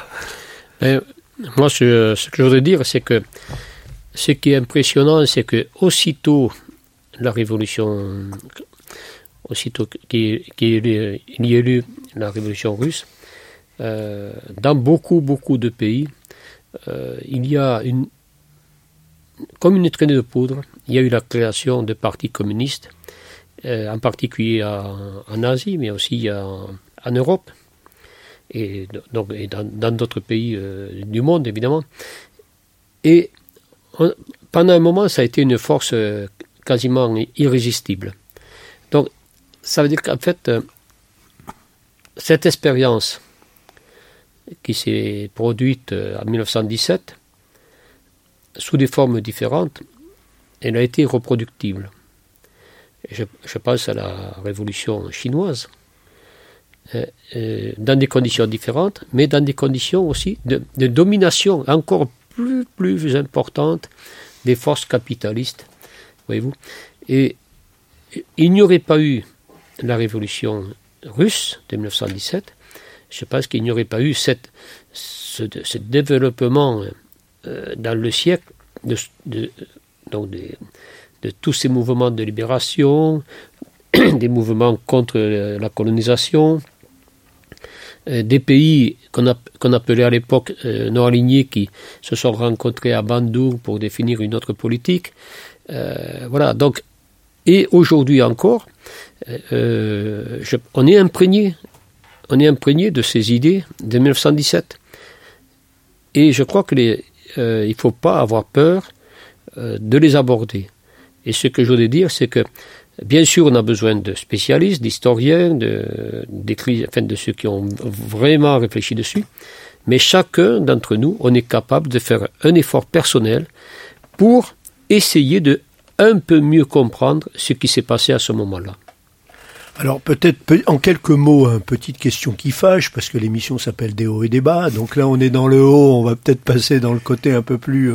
Moi, ce que je voudrais dire, c'est que ce qui est impressionnant, c'est que aussitôt la révolution, aussitôt qu'il y a eu la révolution russe, dans beaucoup de pays, il y a comme une traînée de poudre, il y a eu la création de partis communistes, en particulier en Asie, mais aussi en Europe, et dans d'autres pays du monde, évidemment. Et pendant un moment, ça a été une force quasiment irrésistible. Donc, ça veut dire qu'en fait, cette expérience qui s'est produite en 1917, sous des formes différentes, elle a été reproductible. Je pense à la révolution chinoise, dans des conditions différentes, mais dans des conditions aussi de domination encore plus importante des forces capitalistes, voyez-vous. Et il n'y aurait pas eu la révolution russe de 1917, je pense qu'il n'y aurait pas eu ce développement dans le siècle donc de tous ces mouvements de libération, des mouvements contre la colonisation, des pays qu'on appelait à l'époque non-alignés qui se sont rencontrés à Bandung pour définir une autre politique. Voilà, donc, et aujourd'hui encore, on est imprégné de ces idées de 1917. Et je crois qu'il ne faut pas avoir peur de les aborder. Et ce que je voulais dire, c'est que, bien sûr, on a besoin de spécialistes, d'historiens, de ceux qui ont vraiment réfléchi dessus, mais chacun d'entre nous, on est capable de faire un effort personnel pour essayer de un peu mieux comprendre ce qui s'est passé à ce moment-là. Alors peut-être en quelques mots, une petite question qui fâche, parce que l'émission s'appelle Des hauts et des bas, donc là on est dans le haut, on va peut-être passer dans le côté un peu plus,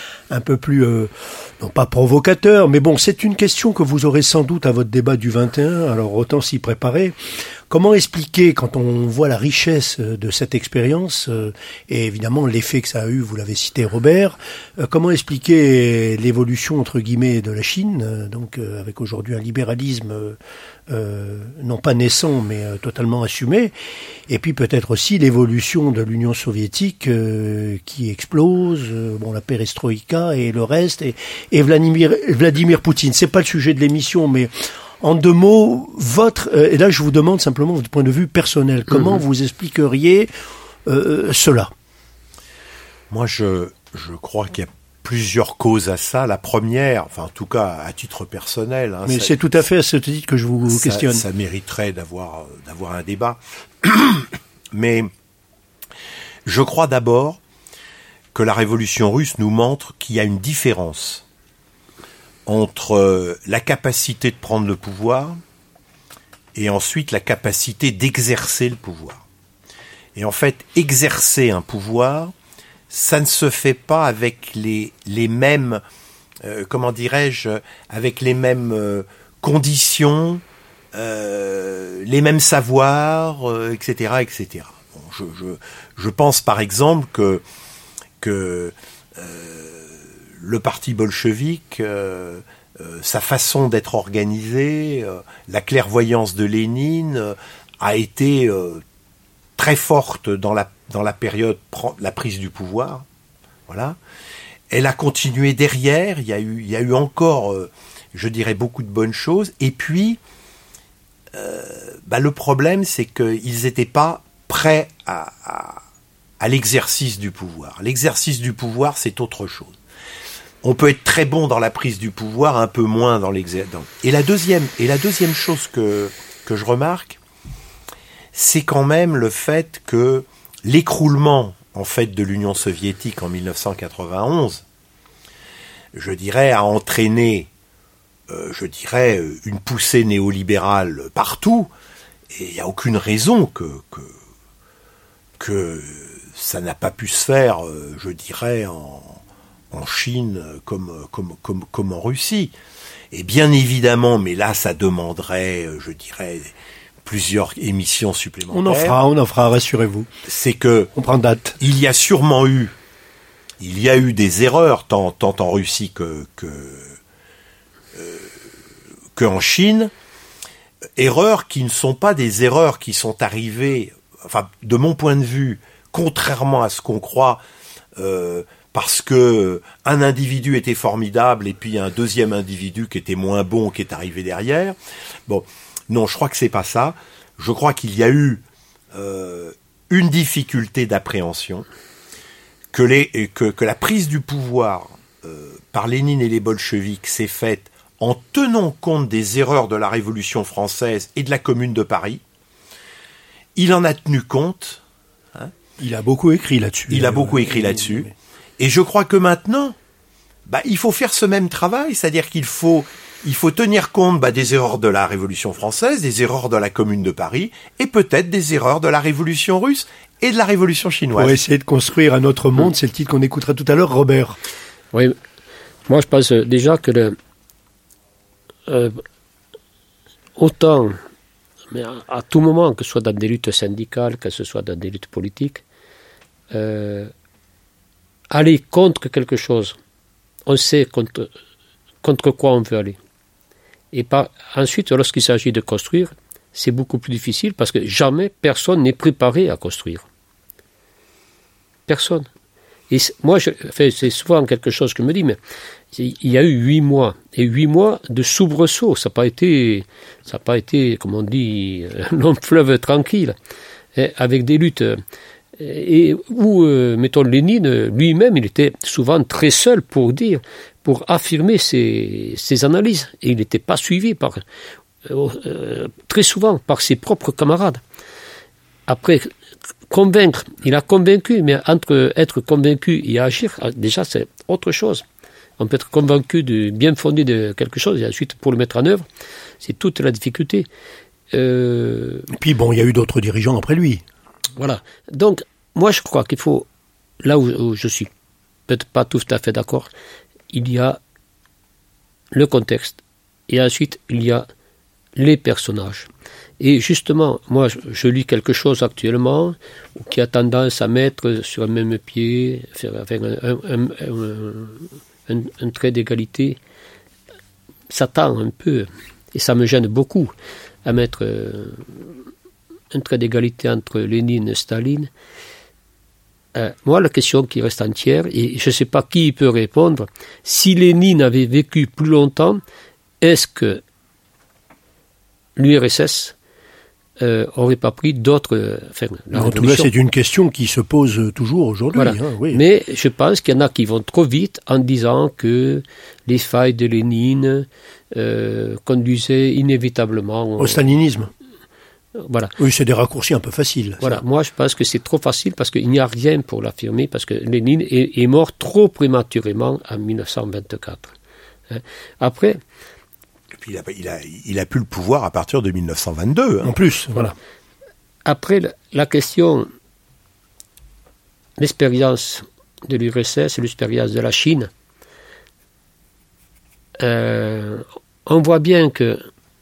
non pas provocateur, mais bon, c'est une question que vous aurez sans doute à votre débat du 21, alors autant s'y préparer. Comment expliquer, quand on voit la richesse de cette expérience, et évidemment l'effet que ça a eu, vous l'avez cité Robert, comment expliquer l'évolution entre guillemets de la Chine, donc avec aujourd'hui un libéralisme non pas naissant mais totalement assumé, et puis peut-être aussi l'évolution de l'Union soviétique qui explose, la perestroïka et le reste, et Vladimir Poutine. C'est pas le sujet de l'émission, mais en deux mots, et là je vous demande simplement votre point de vue personnel, comment vous expliqueriez cela? Moi je crois qu'il y a plusieurs causes à ça. La première, enfin en tout cas à titre personnel... Mais c'est tout à fait à ce titre que je vous questionne. Ça mériterait d'avoir un débat. Mais je crois d'abord que la révolution russe nous montre qu'il y a une différence entre la capacité de prendre le pouvoir et ensuite la capacité d'exercer le pouvoir. Et en fait, exercer un pouvoir, ça ne se fait pas avec les mêmes, avec les mêmes conditions, les mêmes savoirs, etc., etc. Bon, je pense par exemple que le parti bolchevique, sa façon d'être organisé, la clairvoyance de Lénine a été très forte dans la période la prise du pouvoir. Voilà. Elle a continué derrière. Il y a eu encore, je dirais, beaucoup de bonnes choses. Et puis, le problème, c'est qu'ils n'étaient pas prêts à l'exercice du pouvoir. L'exercice du pouvoir, c'est autre chose. On peut être très bon dans la prise du pouvoir, un peu moins dans l'exercice. Et la deuxième chose que je remarque, c'est quand même le fait que l'écroulement, en fait, de l'Union soviétique en 1991, je dirais, a entraîné, une poussée néolibérale partout. Et il n'y a aucune raison que ça n'a pas pu se faire, je dirais, en Chine comme en Russie. Et bien évidemment, mais là ça demanderait, je dirais, plusieurs émissions supplémentaires. On en fera, rassurez-vous. C'est que on prend date. Il y a eu des erreurs tant en Russie que en Chine, erreurs qui ne sont pas des erreurs qui sont arrivées, enfin de mon point de vue, contrairement à ce qu'on croit, parce que un individu était formidable et puis un deuxième individu qui était moins bon qui est arrivé derrière. Bon, non, je crois que c'est pas ça. Je crois qu'il y a eu une difficulté d'appréhension, que la prise du pouvoir par Lénine et les bolcheviks s'est faite en tenant compte des erreurs de la Révolution française et de la Commune de Paris. Il en a tenu compte. Il a beaucoup écrit là-dessus. Et je crois que maintenant, il faut faire ce même travail, c'est-à-dire qu'il faut tenir compte des erreurs de la Révolution française, des erreurs de la Commune de Paris, et peut-être des erreurs de la Révolution russe et de la Révolution chinoise. Pour essayer de construire un autre monde, c'est le titre qu'on écoutera tout à l'heure, Robert. Oui, moi je pense déjà que autant, mais à tout moment, que ce soit dans des luttes syndicales, que ce soit dans des luttes politiques, aller contre quelque chose, on sait contre quoi on veut aller. Et ensuite, lorsqu'il s'agit de construire, c'est beaucoup plus difficile parce que jamais personne n'est préparé à construire. Personne. Et moi, c'est souvent quelque chose que je me dis, mais il y a eu 8 mois, et 8 mois de soubresauts. Ça n'a pas été, comme on dit, un long fleuve tranquille, avec des luttes. Et où, mettons, Lénine, lui-même, il était souvent très seul pour affirmer ses analyses. Et il n'était pas suivi très souvent par ses propres camarades. Après, convaincre, il a convaincu, mais entre être convaincu et agir, déjà, c'est autre chose. On peut être convaincu de bien fondé de quelque chose, et ensuite, pour le mettre en œuvre, c'est toute la difficulté. Et puis, bon, il y a eu d'autres dirigeants après lui. Voilà. Donc, moi, je crois qu'il faut, là où je suis peut-être pas tout à fait d'accord, il y a le contexte, et ensuite, il y a les personnages. Et justement, moi, je lis quelque chose actuellement qui a tendance à mettre sur un même pied, faire un trait d'égalité. Ça tend un peu, et ça me gêne beaucoup, à mettre un trait d'égalité entre Lénine et Staline. Moi, la question qui reste entière, et je ne sais pas qui peut répondre, si Lénine avait vécu plus longtemps, est-ce que l'URSS aurait pas pris d'autres... En tout cas, c'est une question qui se pose toujours aujourd'hui. Voilà. Oui. Mais je pense qu'il y en a qui vont trop vite en disant que les failles de Lénine conduisaient inévitablement... au stalinisme. Voilà. Oui, c'est des raccourcis un peu faciles. Voilà. Moi, je pense que c'est trop facile parce qu'il n'y a rien pour l'affirmer, parce que Lénine est mort trop prématurément en 1924. Après... Il a pu le pouvoir à partir de 1922. En plus, voilà. Après, la question, l'expérience de l'URSS, l'expérience de la Chine, on voit bien que,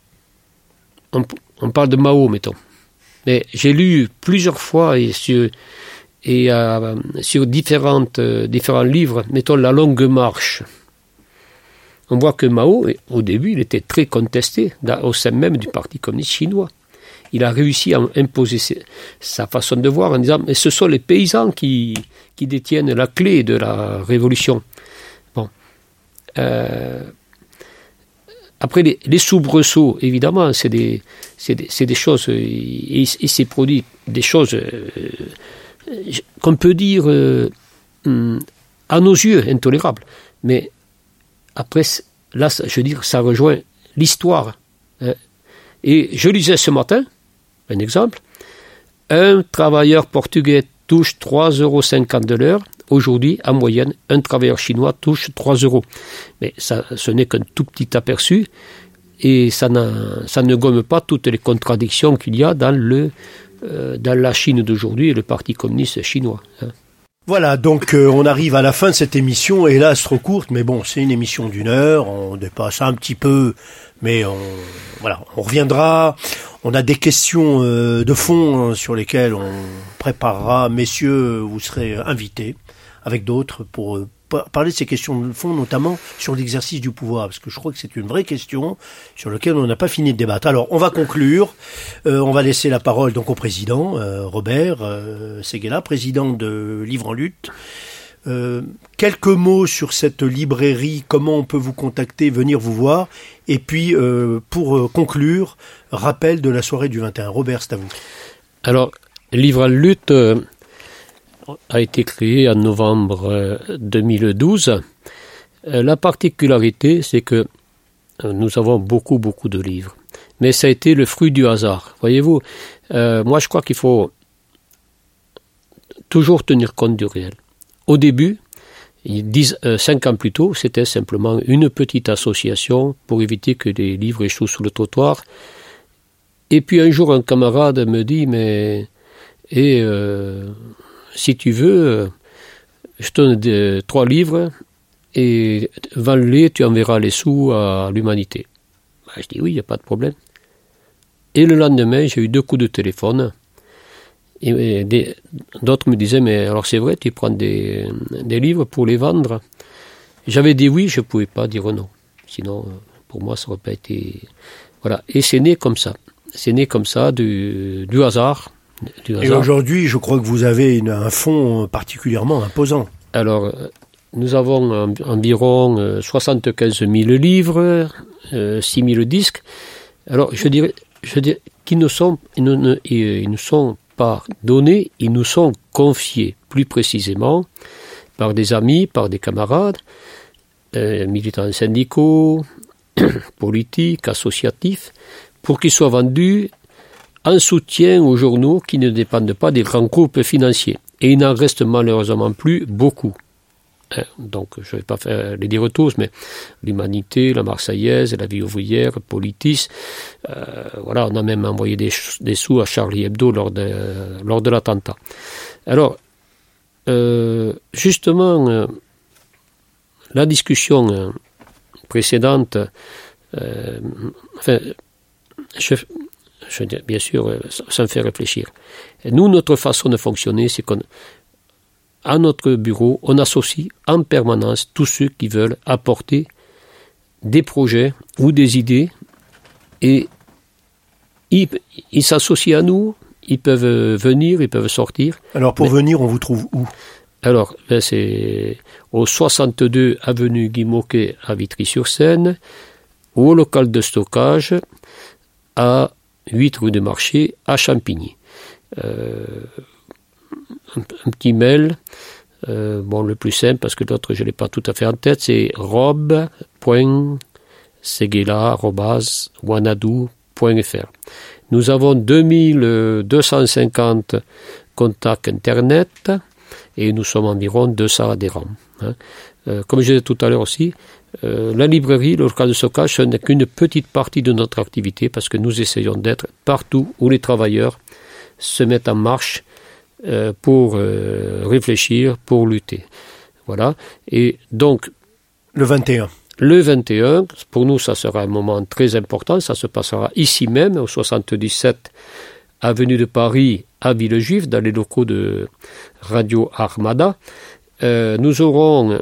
on parle de Mao, mettons, mais j'ai lu plusieurs fois sur différents livres, mettons La Longue Marche. On voit que Mao, au début, il était très contesté au sein même du Parti communiste chinois. Il a réussi à imposer sa façon de voir en disant « mais ce sont les paysans qui détiennent la clé de la révolution ». Bon. Après, les soubresauts, évidemment, c'est des choses... il s'est produit des choses qu'on peut dire, à nos yeux, intolérables. Mais... après, là, je veux dire, ça rejoint l'histoire. Et je lisais ce matin, un exemple, un travailleur portugais touche 3,50 € de l'heure. Aujourd'hui, en moyenne, un travailleur chinois touche 3 €. Mais ce n'est qu'un tout petit aperçu, et ça ne gomme pas toutes les contradictions qu'il y a dans la Chine d'aujourd'hui et le Parti communiste chinois. Voilà, donc on arrive à la fin de cette émission, hélas trop courte, mais bon, c'est une émission d'1 heure, on dépasse un petit peu, mais on reviendra. On a des questions de fond sur lesquelles on préparera, messieurs, vous serez invités avec d'autres pour parler de ces questions de fond, notamment sur l'exercice du pouvoir, parce que je crois que c'est une vraie question sur laquelle on n'a pas fini de débattre. Alors, on va conclure. On va laisser la parole donc au président, Robert Séguéla, président de Livres en lutte. Quelques mots sur cette librairie, comment on peut vous contacter, venir vous voir, et puis pour conclure, rappel de la soirée du 21. Robert, c'est à vous. Alors, Livres en lutte a été créé en novembre 2012. La particularité, c'est que nous avons beaucoup de livres. Mais ça a été le fruit du hasard. Voyez-vous, moi je crois qu'il faut toujours tenir compte du réel. Au début, 5 ans plus tôt, c'était simplement une petite association pour éviter que les livres échouent sur le trottoir. Et puis un jour, un camarade me dit, mais... si tu veux, je te donne 3 livres et vends-les, tu enverras les sous à l'humanité. Je dis oui, il n'y a pas de problème. Et le lendemain, j'ai eu 2 coups de téléphone. Et d'autres me disaient, mais alors c'est vrai, tu prends des livres pour les vendre? J'avais dit oui, je ne pouvais pas dire non. Sinon, pour moi, ça n'aurait pas été... Voilà. Et c'est né comme ça. C'est né comme ça du hasard. Et aujourd'hui, je crois que vous avez un fonds particulièrement imposant. Alors, nous avons environ 75 000 livres, 6 000 disques. Alors, je dirais qu'ils ne sont pas donnés, ils nous sont confiés, plus précisément, par des amis, par des camarades, militants syndicaux, politiques, associatifs, pour qu'ils soient vendus en soutien aux journaux qui ne dépendent pas des grands groupes financiers. Et il n'en reste malheureusement plus beaucoup. Donc, je ne vais pas les dire tous, mais l'Humanité, la Marseillaise, la Vie ouvrière, Politis, voilà, on a même envoyé des sous à Charlie Hebdo lors de l'attentat. Alors, justement, la discussion précédente, je dis, bien sûr, ça me fait réfléchir. Et nous, notre façon de fonctionner, c'est qu'à notre bureau, on associe en permanence tous ceux qui veulent apporter des projets ou des idées, et ils s'associent à nous, ils peuvent venir, ils peuvent sortir. Alors pour venir, on vous trouve où ? Alors, c'est au 62 avenue Guy Môquet à Vitry-sur-Seine, ou au local de stockage à 8 rue des Marchés à Champigny. Un petit mail, le plus simple, parce que l'autre je ne l'ai pas tout à fait en tête, c'est rob.seguela@wanadoo.fr. Nous avons 2250 contacts Internet et nous sommes environ 200 adhérents. Comme je disais tout à l'heure aussi, la librairie, le local de stockage, ce n'est qu'une petite partie de notre activité parce que nous essayons d'être partout où les travailleurs se mettent en marche pour réfléchir, pour lutter. Voilà. Et donc... Le 21. Le 21, pour nous, ça sera un moment très important. Ça se passera ici même, au 77 avenue de Paris, à Villejuif, dans les locaux de Radio Armada. Nous aurons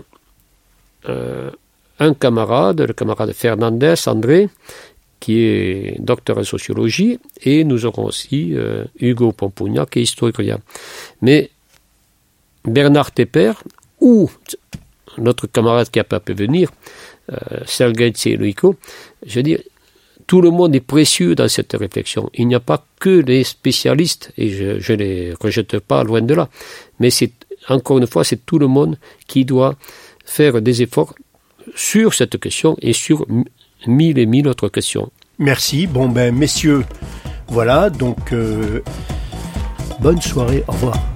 un camarade, le camarade Fernandez, André, qui est docteur en sociologie, et nous aurons aussi Hugo Pompugna, qui est historien. Mais Bernard Tepper, ou notre camarade qui n'a pas pu venir, Sergei Tseloïko, je veux dire, tout le monde est précieux dans cette réflexion. Il n'y a pas que les spécialistes, et je ne les rejette pas, loin de là, mais encore une fois, c'est tout le monde qui doit faire des efforts sur cette question et sur 1000 et 1000 autres questions. Merci. Messieurs, voilà, donc bonne soirée, au revoir.